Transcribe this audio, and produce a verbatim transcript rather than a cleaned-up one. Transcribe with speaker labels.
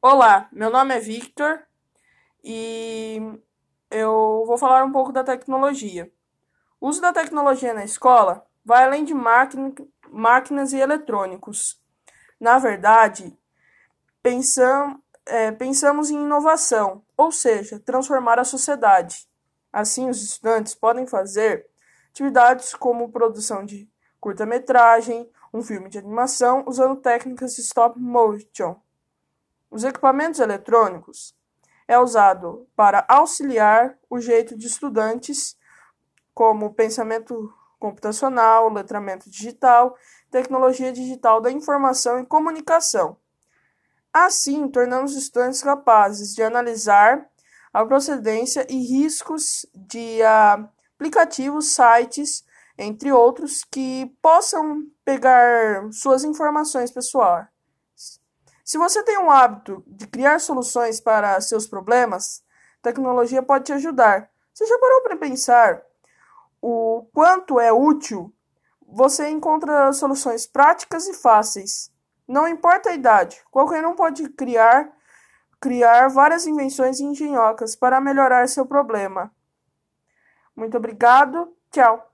Speaker 1: Olá, meu nome é Victor e eu vou falar um pouco da tecnologia. O uso da tecnologia na escola vai além de máquina- máquinas e eletrônicos. Na verdade, pensam- é, pensamos em inovação, ou seja, transformar a sociedade. Assim, os estudantes podem fazer atividades como produção de curta-metragem, um filme de animação, usando técnicas de stop motion. Os equipamentos eletrônicos é usado para auxiliar o jeito de estudantes, como pensamento computacional, letramento digital, tecnologia digital da informação e comunicação. Assim, tornamos os estudantes capazes de analisar a procedência e riscos de ah, aplicativos, sites, entre outros, que possam pegar suas informações pessoais. Se você tem um hábito de criar soluções para seus problemas, a tecnologia pode te ajudar. Você já parou para pensar o quanto é útil? Você encontra soluções práticas e fáceis. Não importa a idade, qualquer um pode criar criar várias invenções engenhocas para melhorar seu problema. Muito obrigado. Tchau.